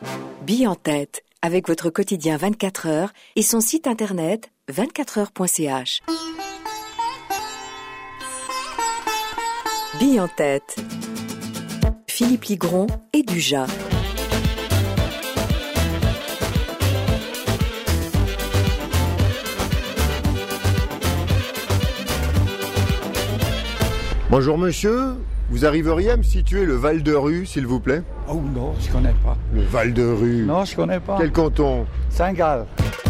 Billes en tête, avec votre quotidien 24 heures et son site internet 24heures.ch. Billes en tête. Philippe Ligron et Dujas. Bonjour monsieur, vous arriveriez à me situer le Val de Rue, s'il vous plaît? Oh non, je connais pas. Le Val de Rue? Non, je connais pas. Quel canton? Saint-Gall.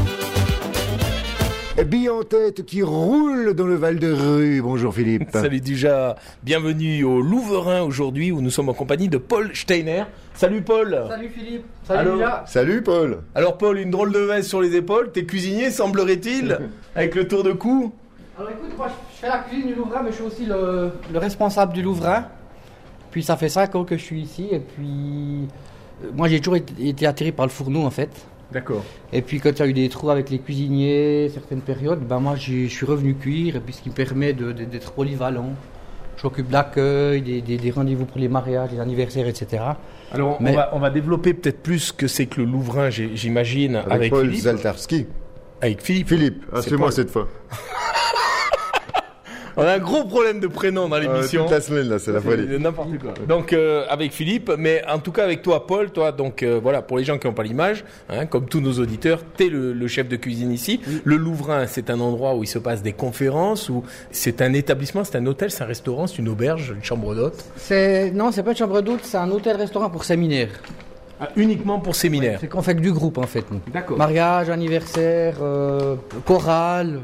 Billes en tête qui roule dans le Val de Rue. Bonjour Philippe. Salut Dujas, bienvenue au Louverain aujourd'hui où nous sommes en compagnie de Paul Steiner. Salut Paul. Salut Philippe. Salut Dujas. Salut Paul. Alors Paul, une drôle de veste sur les épaules, t'es cuisinier semblerait-il, avec le tour de cou. Alors écoute, moi je fais la cuisine du Louverain, mais je suis aussi le responsable du Louverain. Puis ça fait 5 ans que je suis ici, et puis moi j'ai toujours été attiré par le fourneau en fait. D'accord. Et puis quand il y a eu des trous avec les cuisiniers, certaines périodes, ben moi je suis revenu cuire, et puis ce qui me permet d'être polyvalent. Je m'occupe de l'accueil, des rendez-vous pour les mariages, les anniversaires, etc. Alors on va développer peut-être plus ce que c'est que le Louverain, j'imagine, avec Paul Philippe. Zaltarski. Avec Philippe. Philippe, c'est moi Paul. cette fois. On a un gros problème de prénom dans l'émission. Toute la semaine là, c'est la folie. N'importe quoi. Donc avec Philippe, mais en tout cas avec toi Paul, toi donc voilà, pour les gens qui n'ont pas l'image, hein, comme tous nos auditeurs, t'es le chef de cuisine ici. Oui. Le Louverain, c'est un endroit où il se passe des conférences, où c'est un établissement, c'est un hôtel, c'est un restaurant, c'est une auberge, une chambre d'hôte. Non, c'est pas une chambre d'hôte, c'est un hôtel-restaurant pour séminaires. Ah, uniquement pour séminaires. Ouais, c'est qu'on fait que du groupe en fait. D'accord. Mariage, anniversaire, chorale,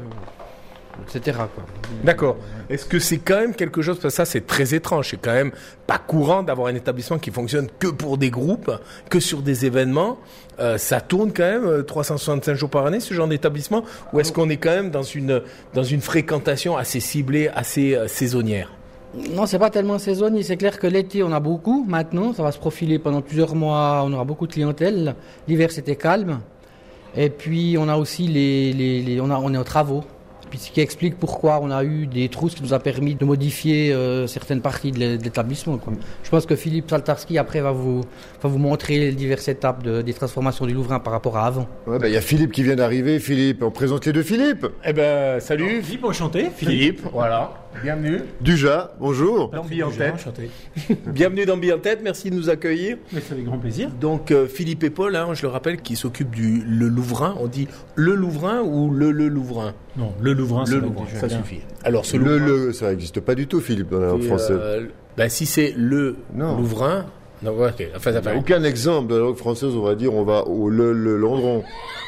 etc. quoi. D'accord. Est-ce que c'est quand même quelque chose, parce que ça c'est très étrange, c'est quand même pas courant d'avoir un établissement qui fonctionne que pour des groupes, que sur des événements. Ça tourne quand même 365 jours par année ce genre d'établissement, ou est-ce qu'on est quand même dans une fréquentation assez ciblée, assez saisonnière? Non, c'est pas tellement saisonnier. C'est clair que l'été, on a beaucoup. Maintenant, ça va se profiler pendant plusieurs mois. On aura beaucoup de clientèle. L'hiver, c'était calme. Et puis, on a aussi on est aux travaux. Puis, ce qui explique pourquoi on a eu des trous, ce qui nous a permis de modifier certaines parties de l'établissement, quoi. Je pense que Philippe Zaltarski, après, va vous montrer les diverses étapes des transformations du Louverain par rapport à avant. Ouais, y a Philippe qui vient d'arriver. Philippe, on présente les deux Philippe. Eh ben, salut. Alors, Philippe, enchanté. Philippe, voilà. Bienvenue. Dujas, bonjour. Dans Billes en tête. Enchanté. Bienvenue dans Billes en tête, merci de nous accueillir. Mais c'est avec grand plaisir. Donc Philippe et Paul, hein, je le rappelle, qui s'occupent le Louverain. On dit le Louverain ou le Louvrain? Non, le Louverain, le Louvrain, ça bien. suffit. Alors ce Louvrain, ça n'existe pas du tout, Philippe, dans la langue française. Si c'est le Louvrain, non, ok. Enfin, ça fait aucun exemple de la langue française, on va dire, on va au le Londron.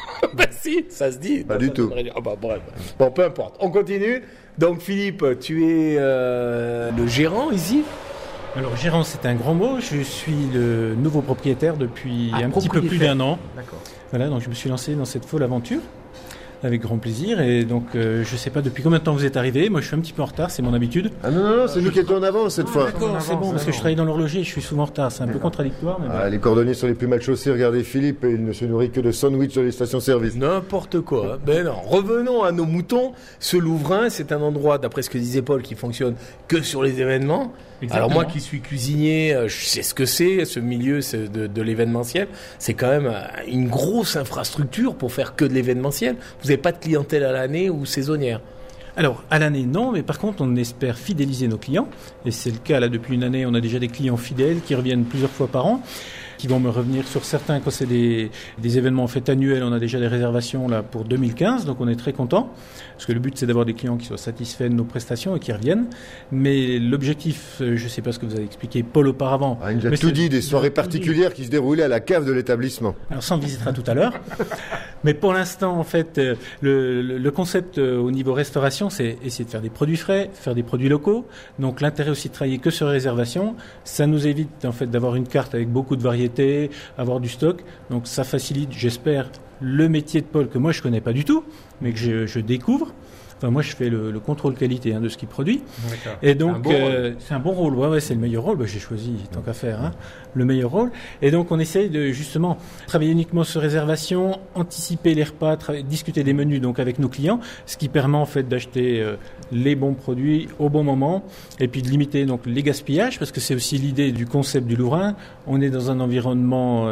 Si, ça se dit. Pas du tout. Bref. Bon, peu importe. On continue. Donc Philippe, tu es le gérant ici? Alors gérant, c'est un grand mot. Je suis le nouveau propriétaire depuis un petit peu plus d'1 an. D'accord. Voilà, donc je me suis lancé dans cette folle aventure. Avec grand plaisir. Et donc, je ne sais pas depuis combien de temps vous êtes arrivé. Moi, je suis un petit peu en retard, c'est mon habitude. Ah non, c'est nous qui étions en avance cette fois. D'accord, c'est bon, parce que je travaille dans l'horloger et je suis souvent en retard. C'est un peu contradictoire. Mais les cordonniers sont les plus mal chaussés. Regardez Philippe, il ne se nourrit que de sandwich sur les stations-service. N'importe quoi. Ben non. Revenons à nos moutons. Ce Louverain, c'est un endroit, d'après ce que disait Paul, qui fonctionne que sur les événements. Exactement. Alors moi qui suis cuisinier, je sais ce que c'est, ce milieu de l'événementiel. C'est quand même une grosse infrastructure pour faire que de l'événementiel. Vous n'avez pas de clientèle à l'année ou saisonnière? Alors, à l'année, non, mais par contre, on espère fidéliser nos clients. Et c'est le cas, là, depuis une année, on a déjà des clients fidèles qui reviennent plusieurs fois par an, qui vont me revenir sur certains quand c'est des événements en fait annuels. On a déjà des réservations là pour 2015, donc on est très content. Parce que le but, c'est d'avoir des clients qui soient satisfaits de nos prestations et qui reviennent. Mais l'objectif, je ne sais pas ce que vous avez expliqué, Paul, auparavant. Il nous a tout dit, des soirées particulières qui se déroulaient à la cave de l'établissement. Alors ça, on visitera tout à l'heure. Mais pour l'instant, en fait, le concept au niveau restauration, c'est essayer de faire des produits frais, faire des produits locaux. Donc l'intérêt aussi de travailler que sur réservation, ça nous évite en fait d'avoir une carte avec beaucoup de variétés, avoir du stock. Donc ça facilite, j'espère, le métier de Paul que moi je connais pas du tout, mais que je découvre. Enfin, moi, je fais le contrôle qualité de ce qu'il produit. D'accord. Et donc, C'est un bon c'est un bon rôle. rôle. Ouais, c'est le meilleur rôle. J'ai choisi, tant qu'à faire, le meilleur rôle. Et donc, on essaye de justement travailler uniquement sur réservation, anticiper les repas, discuter des menus donc avec nos clients, ce qui permet en fait d'acheter les bons produits au bon moment et puis de limiter donc les gaspillages, parce que c'est aussi l'idée du concept du Louvain. On est dans un environnement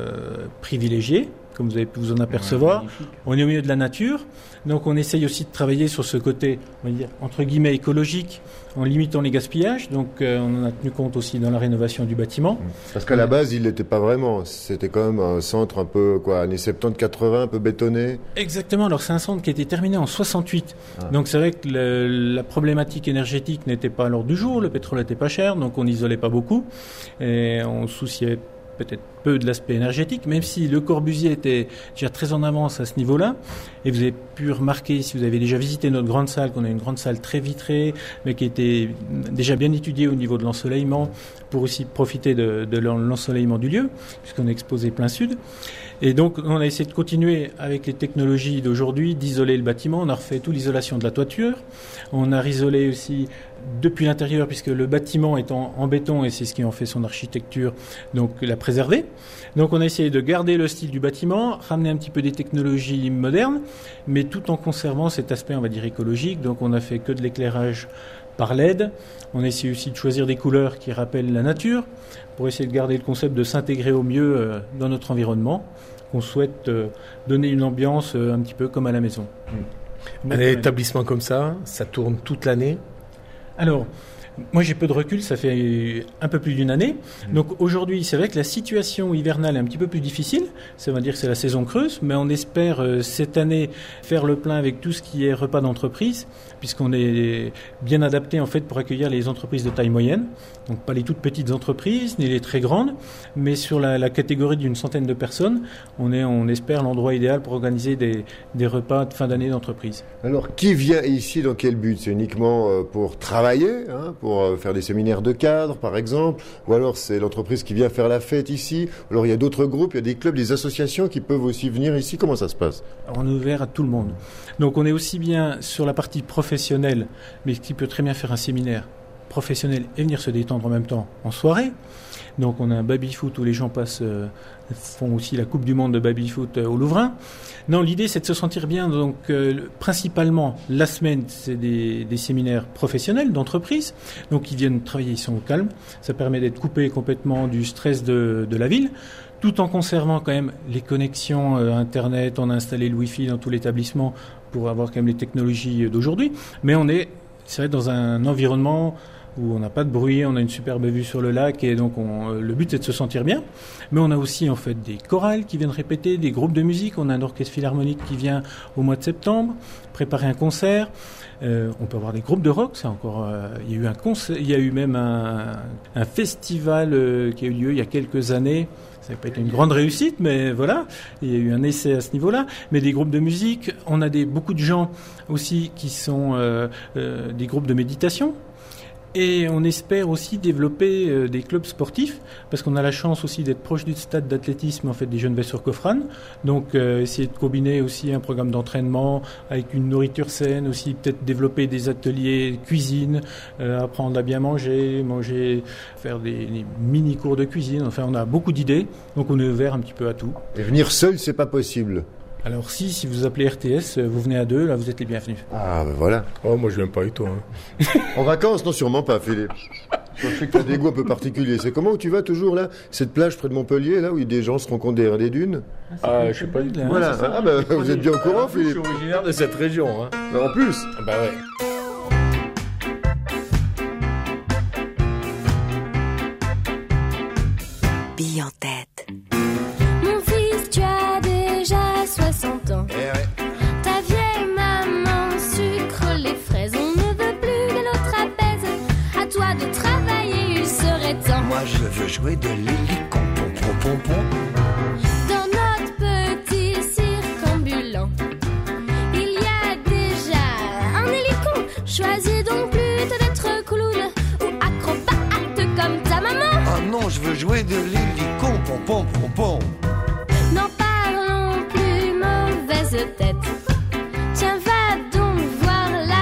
privilégié, comme vous avez pu vous en apercevoir. On est au milieu de la nature, donc on essaye aussi de travailler sur ce côté, on va dire, entre guillemets, écologique, en limitant les gaspillages. Donc on en a tenu compte aussi dans la rénovation du bâtiment. Parce qu'à la base, il l'était pas vraiment. C'était quand même un centre un peu, années 70-80, un peu bétonné. Exactement. Alors c'est un centre qui a été terminé en 68. Donc c'est vrai que la problématique énergétique n'était pas à l'ordre du jour. Le pétrole n'était pas cher, donc on n'isolait pas beaucoup. Et on souciait peut-être peu de l'aspect énergétique, même si Le Corbusier était déjà très en avance à ce niveau-là. Et vous avez pu remarquer, si vous avez déjà visité notre grande salle, qu'on a une grande salle très vitrée, mais qui était déjà bien étudiée au niveau de l'ensoleillement, pour aussi profiter de l'ensoleillement du lieu, puisqu'on est exposé plein sud. Et donc, on a essayé de continuer avec les technologies d'aujourd'hui, d'isoler le bâtiment. On a refait toute l'isolation de la toiture. On a isolé aussi depuis l'intérieur, puisque le bâtiment est en béton, et c'est ce qui en fait son architecture, donc la préserver. Donc, on a essayé de garder le style du bâtiment, ramener un petit peu des technologies modernes, mais tout en conservant cet aspect, on va dire, écologique. Donc, on a fait que de l'éclairage par LED. On a essayé aussi de choisir des couleurs qui rappellent la nature, pour essayer de garder le concept de s'intégrer au mieux dans notre environnement, qu'on souhaite donner une ambiance un petit peu comme à la maison. Un établissement comme ça tourne toute l'année? Alors, moi j'ai peu de recul, ça fait un peu plus d'une année. Donc aujourd'hui, c'est vrai que la situation hivernale est un petit peu plus difficile. Ça veut dire que c'est la saison creuse, mais on espère cette année faire le plein avec tout ce qui est repas d'entreprise, puisqu'on est bien adapté en fait pour accueillir les entreprises de taille moyenne. Donc pas les toutes petites entreprises, ni les très grandes, mais sur la catégorie d'une centaine de personnes, on espère l'endroit idéal pour organiser des repas de fin d'année d'entreprise. Alors, qui vient ici dans quel but? C'est uniquement pour travailler, pour faire des séminaires de cadres, par exemple, ou alors c'est l'entreprise qui vient faire la fête ici, ou alors il y a d'autres groupes, il y a des clubs, des associations qui peuvent aussi venir ici. Comment ça se passe? Alors, on est ouvert à tout le monde. Donc on est aussi bien sur la partie professionnelle, mais qui peut très bien faire un séminaire professionnel et venir se détendre en même temps en soirée. Donc on a un baby-foot où les gens font aussi la Coupe du Monde de baby-foot au Louvain. Non, l'idée c'est de se sentir bien. Donc principalement la semaine c'est des séminaires professionnels d'entreprise. Donc ils viennent travailler, ils sont au calme. Ça permet d'être coupé complètement du stress de la ville, tout en conservant quand même les connexions Internet. On a installé le Wi-Fi dans tout l'établissement pour avoir quand même les technologies d'aujourd'hui. Mais c'est vrai, dans un environnement où on n'a pas de bruit, on a une superbe vue sur le lac, et donc le but c'est de se sentir bien. Mais on a aussi en fait des chorales qui viennent répéter, des groupes de musique. On a un orchestre philharmonique qui vient au mois de septembre préparer un concert. On peut avoir des groupes de rock. Il y a eu même un festival qui a eu lieu il y a quelques années. Ça n'a pas été une grande réussite, mais voilà, il y a eu un essai à ce niveau-là. Mais des groupes de musique, on a beaucoup de gens aussi qui sont des groupes de méditation. Et on espère aussi développer des clubs sportifs, parce qu'on a la chance aussi d'être proche du stade d'athlétisme en fait des Jeunes-Vers-sur-Coffrane. Donc essayer de combiner aussi un programme d'entraînement avec une nourriture saine, aussi peut-être développer des ateliers cuisine, apprendre à bien manger, faire des mini-cours de cuisine. Enfin, on a beaucoup d'idées, donc on est ouvert un petit peu à tout. Et venir seul, c'est pas possible. Alors si vous appelez RTS, vous venez à 2, là vous êtes les bienvenus. Ah ben voilà. Oh, moi je viens pas avec toi. En vacances? Non, sûrement pas, Philippe. Je sais que tu as des goûts un peu particuliers. C'est comment où tu vas toujours là? Cette plage près de Montpellier, là où des gens se rencontrent derrière des dunes? Je sais pas du tout. Voilà. Ah ben vous êtes bien au courant, Philippe. Je suis originaire de cette région. En plus. Bah ouais. Bille en tête. Mon fils, tu as déjà 60 ans. Ta vieille maman sucre les fraises. On ne veut plus de l'autre trapèze. À toi de travailler, il serait temps. Moi je veux jouer de l'hélicon, pom. Dans notre petit cirque ambulant, il y a déjà un hélicon. Choisis donc plutôt d'être clown ou acrobate comme ta maman. Oh non, je veux jouer de l'hélicon, pom. N'en parlons plus, mauvaise tête. Tiens, va donc voir la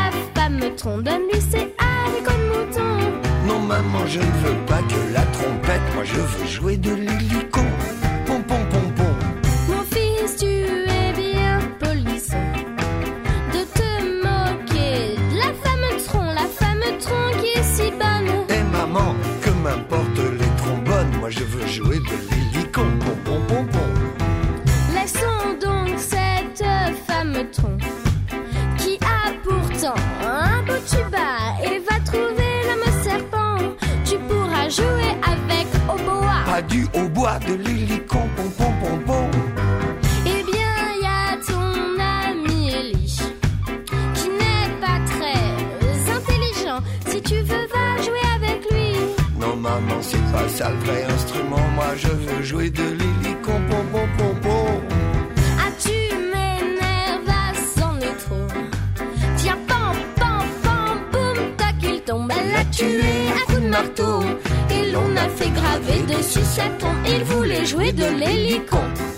Non, je ne veux pas que la trompette, moi je veux jouer de l'hélicon. Pom pom pom pom. Mon fils, tu es bien polisson de te moquer de la femme tronc qui est si bonne. Et maman, que m'importe les trombones, moi je veux jouer de l'hélicon. Pom pom pom pom. Laissons donc cette femme tronc qui a pourtant un beau tuba et va trouver l'homme serpent. Tu pourras jouer avec au bois. Pas du hautbois, de l'hélicon. Pom pom pom pom. Eh bien, y a ton ami Élie qui n'est pas très intelligent. Si tu veux, va jouer avec lui. Non maman, c'est pas ça le vrai instrument, moi je veux jouer de l'hélicon. Pom pom pom pom. Ah, tu m'énerves, ah, c'en est trop. Tiens, pam, pam, pam, boum, tac, il tombe. Elle l'a tué à coups de marteau. Et l'on a fait graver dessus sa tombe. Il voulait jouer de l'hélicon.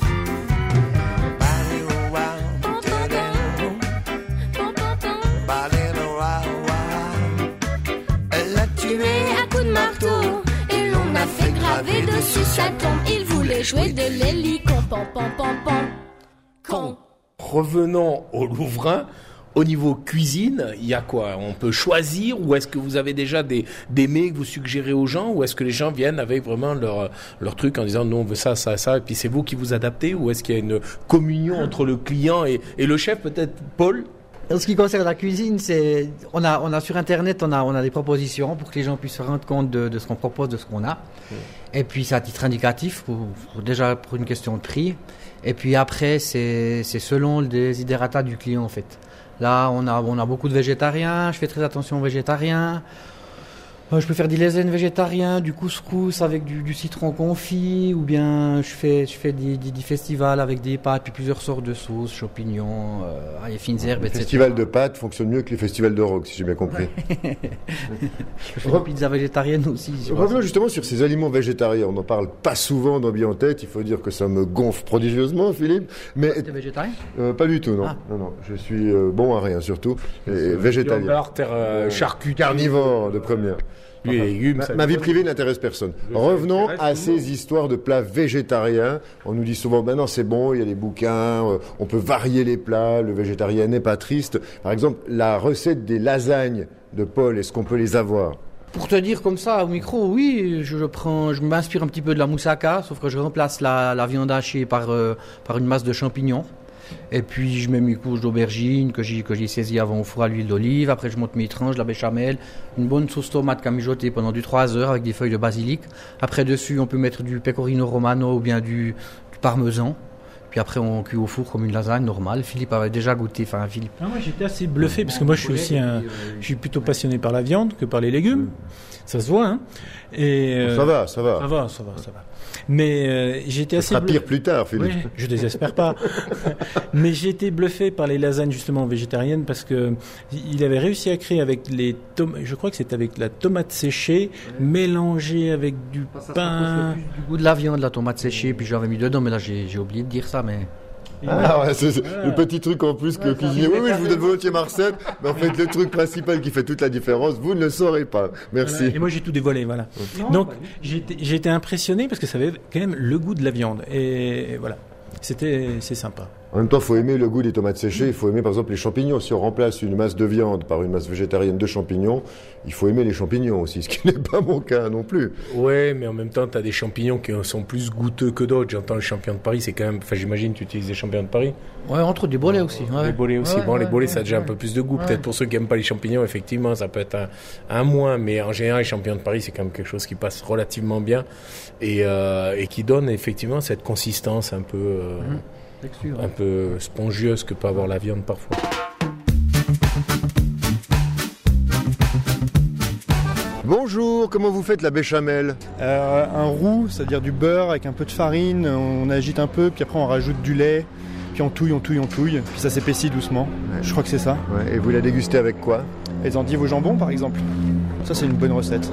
Pam, pam, pam, pam, pam. Elle l'a tué À coups de marteau. Et l'on a fait graver dessus sa tombe. Il voulait jouer de l'hélicon. Pam, pam, pam, pam. Con. Revenons au Louvrin. Au niveau cuisine, il y a quoi? On peut choisir, ou est-ce que vous avez déjà des mets que vous suggérez aux gens, ou est-ce que les gens viennent avec vraiment leur truc en disant nous on veut ça, ça, ça, et puis c'est vous qui vous adaptez, ou est-ce qu'il y a une communion entre le client et le chef, peut-être Paul? En ce qui concerne la cuisine, on a sur Internet, on a des propositions pour que les gens puissent se rendre compte de ce qu'on propose, de ce qu'on a. Et puis c'est à titre indicatif, déjà pour une question de prix. Et puis après, c'est selon le desiderata du client en fait. Là, on a beaucoup de végétariens, je fais très attention aux végétariens. Je peux faire des lasagnes végétariens, du couscous avec du citron confit, ou bien je fais des festivals avec des pâtes, puis plusieurs sortes de sauces, champignons, les fines herbes, Les etc. festivals de pâtes fonctionnent mieux que les festivals de rock, si j'ai bien compris. Je fais des pizzas végétariennes aussi. Revenons justement sur ces aliments végétariens. On n'en parle pas souvent dans Bien en Tête. Il faut dire que ça me gonfle prodigieusement, Philippe. Mais T'es végétarien? pas du tout, non. Ah. Non. Je suis bon à rien, surtout. Et végétalien. Charcuterie, Carnivore de première. les légumes. Ma vie privée n'intéresse personne. Revenons à ces histoires de plats végétariens. On nous dit souvent, ben non, c'est bon, il y a des bouquins, on peut varier les plats, le végétarien n'est pas triste. Par exemple, la recette des lasagnes de Paul, est-ce qu'on peut les avoir? Pour te dire comme ça au micro, oui, je m'inspire un petit peu de la moussaka, sauf que je remplace la viande hachée par une masse de champignons. Et puis je mets mes couches d'aubergine que j'ai saisies avant au four à l'huile d'olive. Après je monte mes tranches, la béchamel, une bonne sauce tomate qu'a mijotée pendant 3 heures avec des feuilles de basilic. Après dessus on peut mettre du pecorino romano ou bien du parmesan. Puis après on cuit au four comme une lasagne normale. Philippe avait déjà goûté, Philippe. Ah, moi j'étais assez bluffé parce que moi je suis aussi je suis plutôt passionné par la viande que par les légumes. Ça se voit, hein. Et Ça va. Ça va. Mais j'étais assez Ça sera pire plus tard, Philippe. Oui, je désespère pas. Mais j'ai été bluffé par les lasagnes justement végétariennes parce que il avait réussi à créer avec je crois que c'était avec la tomate séchée mélangée avec du pain. Du goût de la viande, la tomate séchée, puis j'avais mis dedans, mais là j'ai oublié de dire ça, mais. Ah ouais, c'est le petit truc en plus que cuisinier. Oui, je vous donne volontiers ma recette, mais en fait, le truc principal qui fait toute la différence, vous ne le saurez pas. Merci. Voilà. Et moi, j'ai tout dévoilé, voilà. Donc, j'ai été impressionné parce que ça avait quand même le goût de la viande. Et voilà, c'est sympa. En même temps, il faut aimer le goût des tomates séchées, il faut aimer par exemple les champignons. Si on remplace une masse de viande par une masse végétarienne de champignons, il faut aimer les champignons aussi, ce qui n'est pas mon cas non plus. Ouais, mais en même temps, tu as des champignons qui sont plus goûteux que d'autres. J'entends le champignon de Paris, c'est quand même... Enfin, j'imagine que tu utilises des champignons de Paris. Ouais, entre autres des bolets aussi. Ouais. Les bolets aussi. Les bolets, ça a déjà un peu plus de goût. Peut-être pour ceux qui n'aiment pas les champignons, effectivement, ça peut être un moins. Mais en général, les champignons de Paris, c'est quand même quelque chose qui passe relativement bien et qui donne effectivement cette consistance un peu... un peu spongieuse que peut avoir la viande parfois. Bonjour, comment vous faites la béchamel? Un roux, c'est-à-dire du beurre avec un peu de farine, on agite un peu, puis après on rajoute du lait, puis on touille, puis ça s'épaissit doucement. Ouais. Je crois que c'est ça. Ouais, et vous la dégustez avec quoi? Les endives au jambon par exemple. Ça c'est une bonne recette.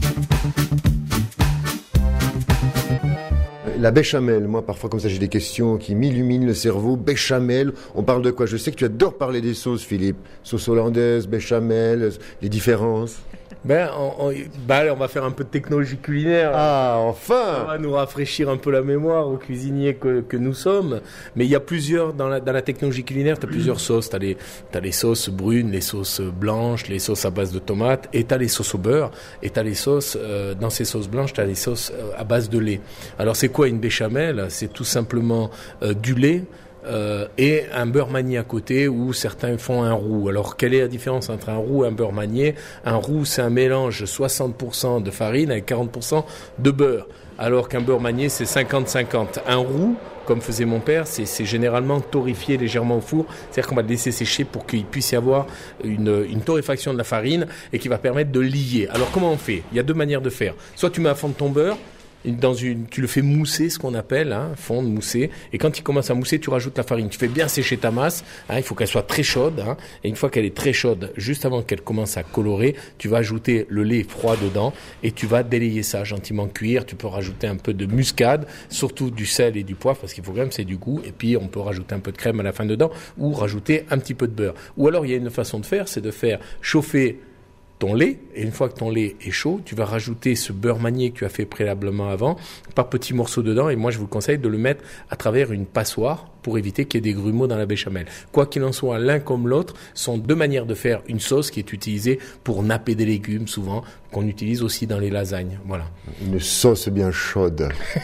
La béchamel, moi parfois comme ça j'ai des questions qui m'illuminent le cerveau. Béchamel, on parle de quoi? Je sais que tu adores parler des sauces, Philippe. Sauce hollandaise, béchamel, les différences. On va faire un peu de technologie culinaire. Ah, Ça enfin va nous rafraîchir un peu la mémoire aux cuisiniers que nous sommes. Mais il y a plusieurs, dans la technologie culinaire, tu as plusieurs sauces. T'as les sauces brunes, les sauces blanches, les sauces à base de tomates, et tu as les sauces au beurre, et tu as les sauces, dans ces sauces blanches, tu as les sauces à base de lait. Alors c'est quoi une béchamel? C'est tout simplement du lait, et un beurre manié à côté, où certains font un roux. Alors quelle est la différence entre un roux et un beurre manié? Un roux, c'est un mélange 60% de farine avec 40% de beurre, alors qu'un beurre manié, c'est 50-50. Un roux, comme faisait mon père, c'est généralement torréfié légèrement au four, c'est-à-dire qu'on va le laisser sécher pour qu'il puisse y avoir une torréfaction de la farine et qui va permettre de lier. Alors comment on fait? Il y a deux manières de faire. Soit tu mets à fondre ton beurre, tu le fais mousser, ce qu'on appelle, fondre, mousser, et quand il commence à mousser, tu rajoutes la farine. Tu fais bien sécher ta masse, il faut qu'elle soit très chaude, et une fois qu'elle est très chaude, juste avant qu'elle commence à colorer, tu vas ajouter le lait froid dedans, et tu vas délayer ça, gentiment cuire. Tu peux rajouter un peu de muscade, surtout du sel et du poivre, parce qu'il faut quand même c'est du goût, et puis on peut rajouter un peu de crème à la fin dedans, ou rajouter un petit peu de beurre. Ou alors il y a une façon de faire, c'est de faire chauffer ton lait, et une fois que ton lait est chaud, tu vas rajouter ce beurre manié que tu as fait préalablement avant, par petits morceaux dedans, et moi je vous conseille de le mettre à travers une passoire pour éviter qu'il y ait des grumeaux dans la béchamel. Quoi qu'il en soit, l'un comme l'autre sont deux manières de faire une sauce qui est utilisée pour napper des légumes, souvent, qu'on utilise aussi dans les lasagnes. Voilà. Une sauce bien chaude.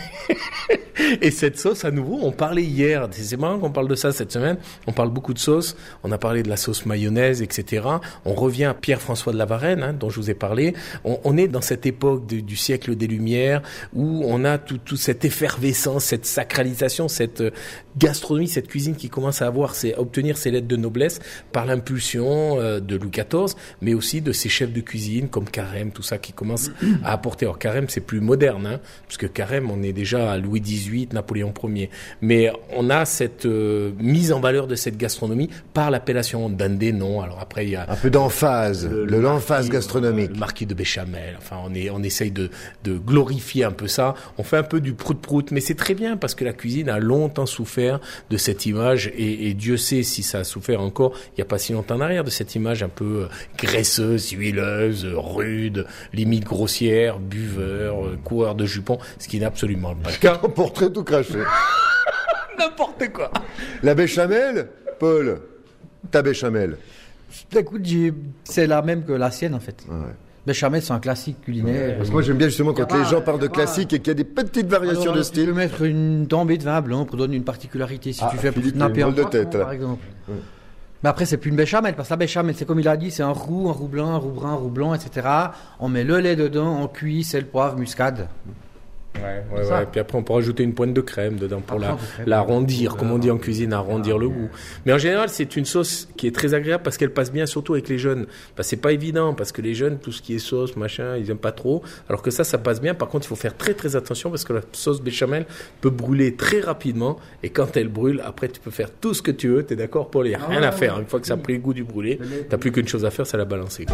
Et cette sauce, à nouveau, on parlait hier, c'est marrant qu'on parle de ça cette semaine, on parle beaucoup de sauces, on a parlé de la sauce mayonnaise, etc. On revient à Pierre-François de La Varenne, dont je vous ai parlé. On est dans cette époque du siècle des Lumières, où on a toute cette effervescence, cette sacralisation, cette gastronomie, cette cuisine qui commence à obtenir ses lettres de noblesse par l'impulsion de Louis XIV, mais aussi de ses chefs de cuisine comme Carême, tout ça qui commence à apporter. Alors Carême, c'est plus moderne, parce que Carême, on est déjà à Louis XVIII, Napoléon Ier. Mais on a cette mise en valeur de cette gastronomie par l'appellation d'un des noms. Alors après, il y a un peu d'emphase, l'emphase gastronomique. Le marquis de Béchamel. Enfin, on essaye de glorifier un peu ça. On fait un peu du prout-prout, mais c'est très bien parce que la cuisine a longtemps souffert de cette image, et Dieu sait si ça a souffert encore il n'y a pas si longtemps en arrière, de cette image un peu graisseuse, huileuse, rude, limite grossière, buveur, coureur de jupons, ce qui n'est absolument pas le cas. Portrait tout craché. N'importe quoi. La béchamel, Paul, ta béchamel. Écoute, c'est la même que la sienne en fait. Ouais. Béchamel, c'est un classique culinaire. Parce que moi j'aime bien justement quand les gens parlent de classique et qu'il y a des petites variations de style. Tu peux mettre une tombée de vin blanc pour donner une particularité. Si tu fais Philippe, napper en de tête, par exemple. Ouais. Mais après, c'est plus une béchamel, parce que la béchamel, c'est comme il a dit, c'est un roux blanc, un roux brun, un roux blanc, etc. On met le lait dedans, on cuit, sel, poivre, muscade. Ouais. Puis après, on peut rajouter une pointe de crème dedans pour l'arrondir, comme on dit en cuisine, arrondir le goût. Mais en général, c'est une sauce qui est très agréable parce qu'elle passe bien, surtout avec les jeunes. C'est pas évident parce que les jeunes, tout ce qui est sauce, machin, ils aiment pas trop. Alors que ça passe bien. Par contre, il faut faire très très attention parce que la sauce béchamel peut brûler très rapidement. Et quand elle brûle, après, tu peux faire tout ce que tu veux. T'es d'accord, Paul? Il n'y a rien à faire. Une fois que ça a pris le goût du brûlé, t'as plus qu'une chose à faire, c'est la balancer.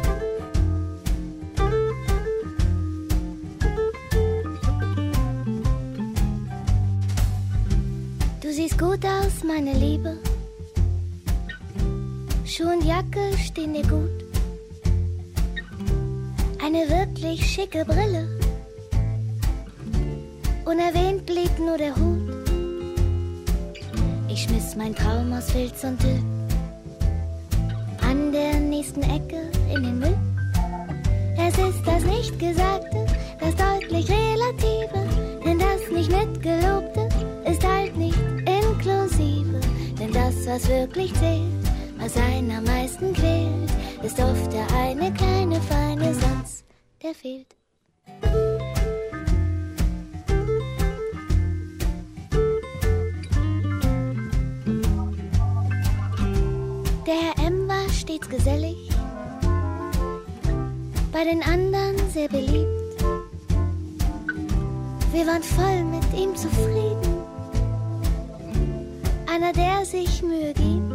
Gut aus, meine Liebe. Schuh und Jacke stehen dir gut. Eine wirklich schicke Brille. Unerwähnt blieb nur der Hut. Ich schmiss mein Traum aus Filz und Tüll an der nächsten Ecke in den Müll. Es ist das Nicht-Gesagte, das deutlich Relative, denn das nicht mitgelobte ist halt nicht inklusive, denn das, was wirklich zählt, was einen am meisten quält, ist oft der eine kleine feine Satz, der fehlt. Der Herr M. war stets gesellig, bei den anderen sehr beliebt. Wir waren voll mit ihm zufrieden, einer, der sich Mühe gibt.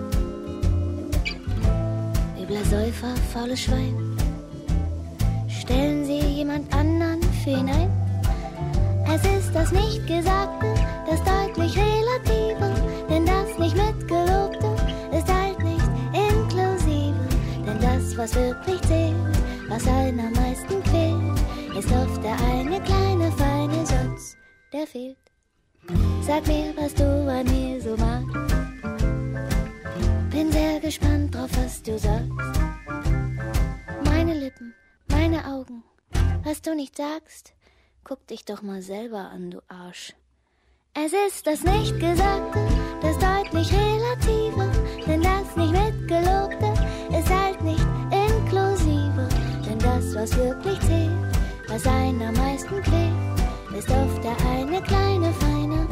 Übler Säufer, faules Schwein, stellen Sie jemand anderen für ihn ein? Es ist das Nicht-Gesagte, das deutlich Relative, denn das nicht mitgelobte ist halt nicht inklusive, denn das, was wirklich zählt, Was einen am meisten quält, ist oft der eine kleine feine Satz, der fehlt. Sag mir, was du an mir so magst. Bin sehr gespannt drauf, was du sagst. Meine Lippen, meine Augen, was du nicht sagst, guck dich doch mal selber an, du Arsch. Es ist das Nicht-Gesagte, das deutlich Relative, denn das nicht mitgelobte ist halt nicht inklusive. Denn das, was wirklich zählt, was einen am meisten quält, ist oft der eine kleine, feine,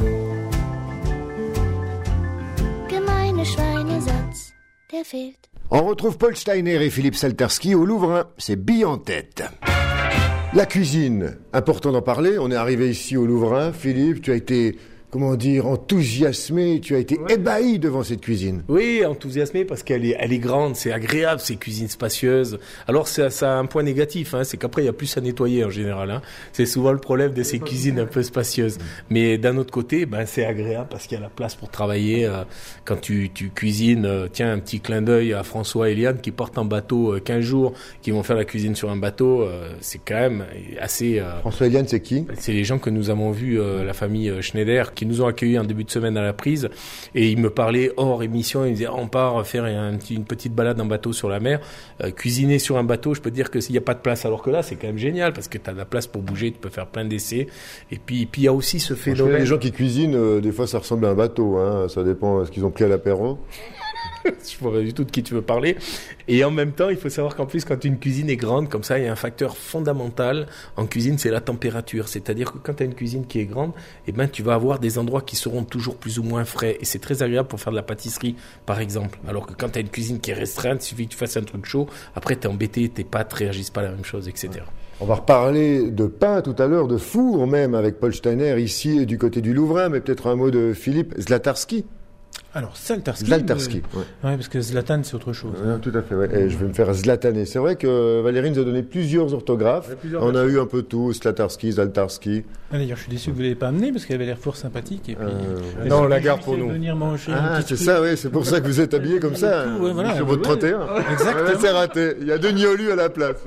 gemeine Schweinesatz, der fehlt. On retrouve Paul Steiner et Philippe Saltarski au Louvre, c'est bille en tête. La cuisine, important d'en parler, on est arrivé ici au Louvre. Philippe, tu as été, comment dire, enthousiasmé, tu as été ébahi devant cette cuisine. Oui, enthousiasmé parce qu'elle est grande, c'est agréable, ces cuisines spacieuses. Alors ça a un point négatif, hein, c'est qu'après il y a plus à nettoyer en général. Hein. C'est souvent le problème de ces cuisines un peu spacieuses. Mais d'un autre côté, c'est agréable parce qu'il y a la place pour travailler. Quand tu cuisines, tiens, un petit clin d'œil à François et Eliane qui partent en bateau 15 jours, qui vont faire la cuisine sur un bateau, c'est quand même assez... François et Eliane, c'est qui ? C'est les gens que nous avons vus, la famille Schneider, qui nous ont accueillis en début de semaine à la prise, et ils me parlaient hors émission, ils me disaient on part faire une petite balade en bateau sur la mer, cuisiner sur un bateau, je peux te dire que s'il n'y a pas de place, alors que là c'est quand même génial parce que tu as de la place pour bouger, tu peux faire plein d'essais, et puis il y a aussi ce phénomène. Les gens qui cuisinent, des fois ça ressemble à un bateau, hein. Ça dépend de ce qu'ils ont pris à l'apéro. Je ne vois pas du tout de qui tu veux parler. Et en même temps, il faut savoir qu'en plus, quand une cuisine est grande, comme ça, il y a un facteur fondamental en cuisine, c'est la température. C'est-à-dire que quand tu as une cuisine qui est grande, tu vas avoir des endroits qui seront toujours plus ou moins frais. Et c'est très agréable pour faire de la pâtisserie, par exemple. Alors que quand tu as une cuisine qui est restreinte, il suffit que tu fasses un truc chaud. Après, tu es embêté, tes pâtes réagissent pas à la même chose, etc. On va reparler de pain tout à l'heure, de four même, avec Paul Steiner, ici du côté du Louvre. Mais peut-être un mot de Philippe Zlatarski. Alors, Saltarski. Zlatarski, ouais, parce que Zlatan, c'est autre chose. Tout à fait, ouais. Et je vais me faire zlataner. C'est vrai que Valérie nous a donné plusieurs orthographes. On a eu un peu tout, Zlatarski, Zaltarski. D'ailleurs, je suis déçu que vous ne l'ayez pas amené, parce qu'elle avait l'air fort sympathique. Et puis, non, on la garde pour nous. Venir manger c'est ça, oui, c'est pour ça que vous êtes habillé comme ça, ouais, voilà, sur votre 31. Exactement. C'est raté, il y a 2 gnolus à la place.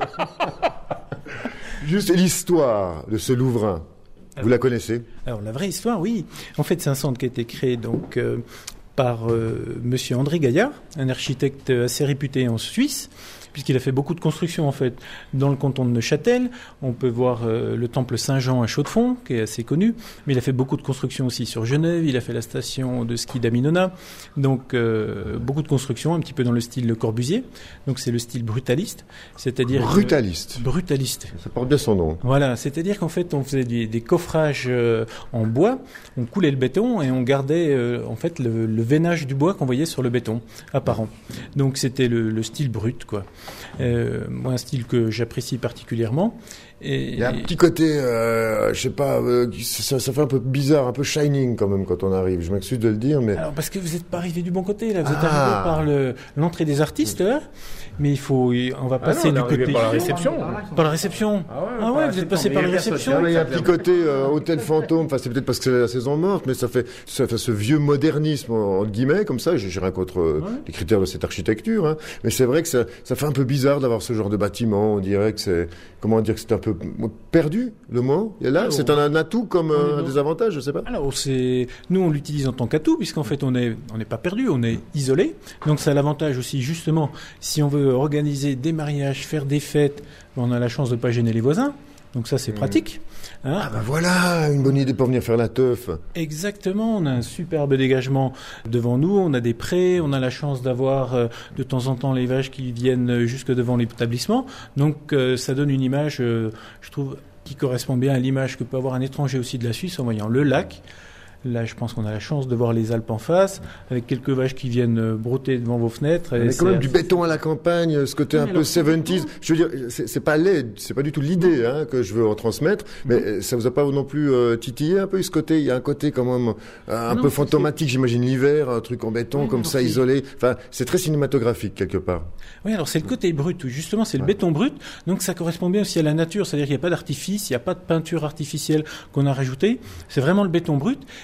Juste l'histoire de ce Louvrin. Vous la connaissez ? Alors, la vraie histoire, oui. En fait, c'est un centre qui a été créé, donc... par monsieur André Gaillard, un architecte assez réputé en Suisse, puisqu'il a fait beaucoup de constructions en fait dans le canton de Neuchâtel. On peut voir le temple Saint-Jean à Chaux-de-Fonds, qui est assez connu, mais il a fait beaucoup de constructions aussi sur Genève, il a fait la station de ski d'Aminona, donc beaucoup de constructions, un petit peu dans le style Le Corbusier, donc c'est le style brutaliste, c'est-à-dire... Brutaliste. Brutaliste. Ça porte bien son nom. Voilà, c'est-à-dire qu'en fait on faisait des coffrages en bois, on coulait le béton et on gardait en fait le veinage du bois qu'on voyait sur le béton apparent. Donc c'était le style brut, quoi. Moi, un style que j'apprécie particulièrement. Et, il y a un petit côté, je sais pas, ça fait un peu bizarre, un peu Shining quand même quand on arrive. Je m'excuse de le dire, mais... Alors, parce que vous n'êtes pas arrivé du bon côté, là. Vous êtes arrivé par l'entrée des artistes, là. Mais on va passer du côté... par la réception. Par la réception. Ah ouais, vous êtes passé par la réception. Il y a un petit côté hôtel fantôme. Enfin, c'est peut-être parce que c'est la saison morte, mais ça fait ce vieux modernisme, entre guillemets, comme ça. J'ai rien contre les critères de cette architecture, hein. Mais c'est vrai que ça fait un peu bizarre d'avoir ce genre de bâtiment. On dirait que c'est, comment dire, que c'est un peu perdu, le mot. Et là, c'est un atout comme un désavantage, je sais pas. Alors, nous, on l'utilise en tant qu'atout, puisqu'en fait, on n'est pas perdu, on est isolé. Donc, ça a l'avantage aussi, justement, si on veut organiser des mariages, faire des fêtes, on a la chance de ne pas gêner les voisins. Donc ça, c'est pratique. Hein. Ah ben voilà, une bonne idée pour venir faire la teuf. Exactement, on a un superbe dégagement devant nous, on a des prés, on a la chance d'avoir de temps en temps les vaches qui viennent jusque devant l'établissement. Donc ça donne une image, je trouve, qui correspond bien à l'image que peut avoir un étranger aussi de la Suisse en voyant le lac. Là, je pense qu'on a la chance de voir les Alpes en face, avec quelques vaches qui viennent brouter devant vos fenêtres. Mais quand même du béton à la campagne, ce côté un peu 70s. Je veux dire, c'est pas du tout l'idée que je veux en transmettre, mais ça vous a pas non plus titillé un peu ce côté? Il y a un côté quand même un peu fantomatique, j'imagine l'hiver, un truc en béton comme ça isolé. Enfin, c'est très cinématographique quelque part. Oui, alors c'est le côté brut, justement, c'est le béton brut, donc ça correspond bien aussi à la nature, c'est-à-dire qu'il n'y a pas d'artifice, il n'y a pas de peinture artificielle qu'on a rajoutée, c'est vraiment le béton brut.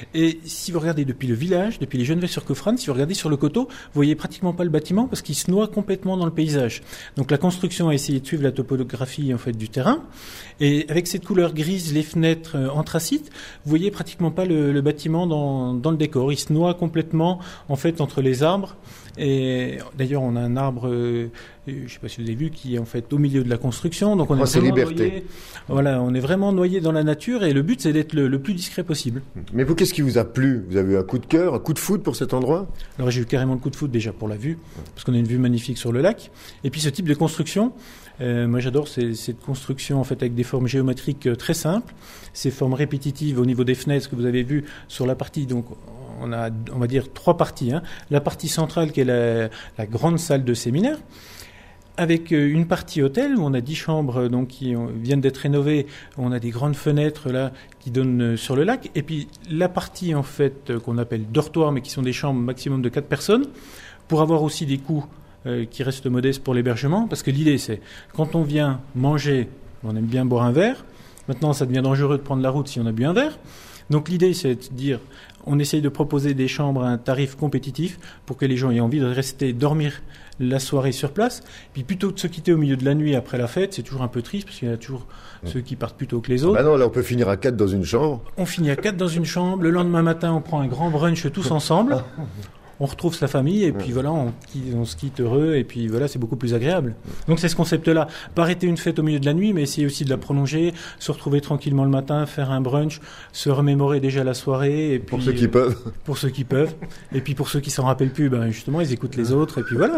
Et si vous regardez depuis le village, depuis les Gennevilles-sur-Coffrane, si vous regardez sur le coteau, vous voyez pratiquement pas le bâtiment parce qu'il se noie complètement dans le paysage. Donc la construction a essayé de suivre la topographie en fait du terrain. Et avec cette couleur grise, les fenêtres anthracites, vous voyez pratiquement pas le bâtiment dans le décor. Il se noie complètement en fait entre les arbres. Et d'ailleurs, on a un arbre, je ne sais pas si vous avez vu, qui est en fait au milieu de la construction. Donc on est vraiment noyé. Voilà, on est vraiment noyé dans la nature et le but c'est d'être le plus discret possible. Mais vous, qu'est-ce qui vous a plu? Vous avez eu un coup de cœur, un coup de foudre pour cet endroit? Alors j'ai eu carrément le coup de foudre déjà pour la vue, parce qu'on a une vue magnifique sur le lac. Et puis ce type de construction, moi j'adore cette construction en fait avec des formes géométriques très simples, ces formes répétitives au niveau des fenêtres que vous avez vues sur la partie donc. On va dire 3 parties. La partie centrale qui est la grande salle de séminaire, avec une partie hôtel où on a 10 chambres donc, qui viennent d'être rénovées. On a des grandes fenêtres là qui donnent sur le lac. Et puis la partie en fait qu'on appelle dortoir, mais qui sont des chambres maximum de 4 personnes, pour avoir aussi des coûts qui restent modestes pour l'hébergement. Parce que l'idée c'est, quand on vient manger, on aime bien boire un verre. Maintenant ça devient dangereux de prendre la route si on a bu un verre. Donc l'idée c'est de dire, on essaye de proposer des chambres à un tarif compétitif pour que les gens aient envie de rester dormir la soirée sur place. Puis plutôt que de se quitter au milieu de la nuit après la fête, c'est toujours un peu triste parce qu'il y en a toujours ceux qui partent plus tôt que les autres. Bah non, là on peut finir à 4 dans une chambre. On finit à 4 dans une chambre. Le lendemain matin, on prend un grand brunch tous ensemble. On retrouve sa famille et puis voilà, on se quitte heureux et puis voilà, c'est beaucoup plus agréable. Donc c'est ce concept-là. Pas arrêter une fête au milieu de la nuit, mais essayer aussi de la prolonger, se retrouver tranquillement le matin, faire un brunch, se remémorer déjà la soirée. Et puis, pour ceux qui peuvent. Pour ceux qui peuvent. Et puis pour ceux qui s'en rappellent plus, ben justement, ils écoutent les autres et puis voilà.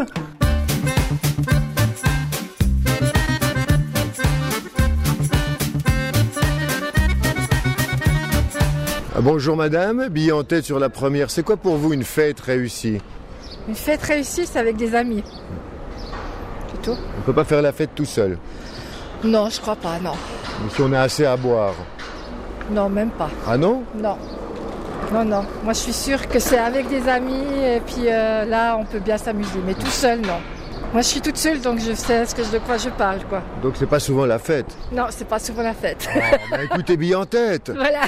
Bonjour madame, billet en tête sur la première. C'est quoi pour vous une fête réussie? Une fête réussie, c'est avec des amis. C'est tout. On ne peut pas faire la fête tout seul? Non, je crois pas, non. Mais si on a assez à boire? Non, même pas. Ah non? Non. Non, non. Moi, je suis sûre que c'est avec des amis et puis là, on peut bien s'amuser. Mais tout seul, non. Moi, je suis toute seule, donc je sais de quoi je parle, quoi. Donc, c'est pas souvent la fête? Non, c'est pas souvent la fête. Ah, bah écoutez, billet en tête. Voilà.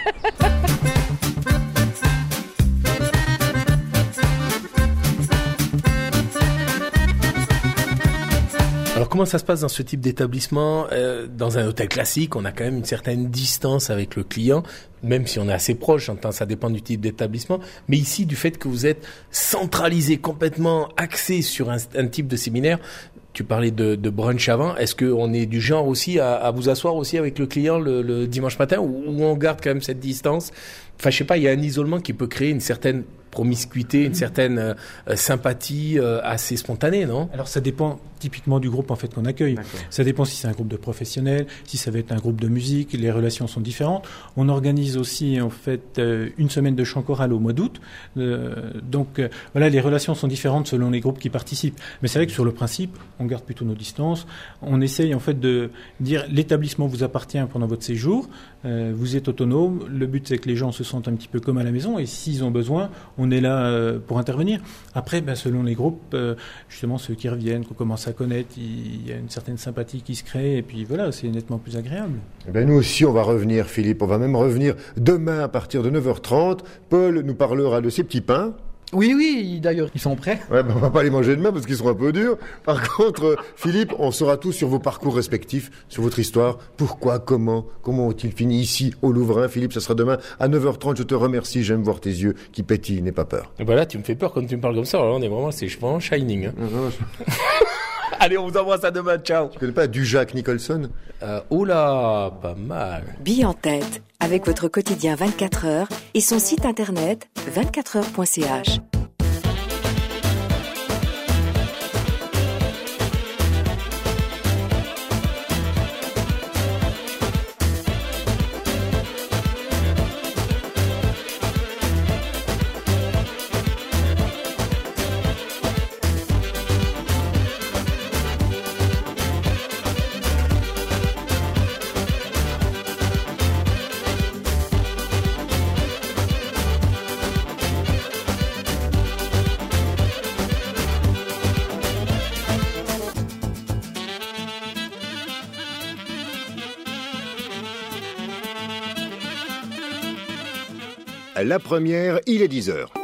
Alors comment ça se passe dans ce type d'établissement? Dans un hôtel classique, on a quand même une certaine distance avec le client, même si on est assez proche, j'entends, ça dépend du type d'établissement. Mais ici, du fait que vous êtes centralisé, complètement axé sur un type de séminaire, tu parlais de brunch avant, est-ce qu'on est du genre aussi à vous asseoir aussi avec le client le dimanche matin ou on garde quand même cette distance? Enfin, je sais pas, il y a un isolement qui peut créer une certaine promiscuité, une certaine sympathie assez spontanée, non? Alors ça dépend typiquement du groupe en fait qu'on accueille. D'accord. Ça dépend si c'est un groupe de professionnels, si ça va être un groupe de musique, les relations sont différentes. On organise aussi en fait une semaine de chant choral au mois d'août. Donc voilà, les relations sont différentes selon les groupes qui participent. Mais c'est vrai que sur le principe, on garde plutôt nos distances. On essaye en fait de dire l'établissement vous appartient pendant votre séjour, vous êtes autonome. Le but c'est que les gens se sentent un petit peu comme à la maison et s'ils ont besoin, on est là pour intervenir. Après, selon les groupes, justement ceux qui reviennent, qu'on commence à connaître, il y a une certaine sympathie qui se crée et puis voilà, c'est nettement plus agréable. Nous aussi on va revenir, Philippe, on va même revenir demain à partir de 9h30. Paul nous parlera de ses petits pains. Oui, d'ailleurs, ils sont prêts. Ouais, on va pas les manger demain parce qu'ils seront un peu durs. Par contre, Philippe, on saura tout sur vos parcours respectifs, sur votre histoire. Pourquoi, comment ont-ils fini ici, au Louvrin? Philippe, ça sera demain à 9h30. Je te remercie, j'aime voir tes yeux qui pétillent, n'aie pas peur. Et là, tu me fais peur quand tu me parles comme ça. Alors, c'est vraiment Shining. Allez, on vous envoie ça demain, ciao. Tu connais pas du Jack Nicholson? Oh là, pas mal. Billes en tête, avec votre quotidien 24 heures et son site internet 24heures.ch. La première, il est 10h.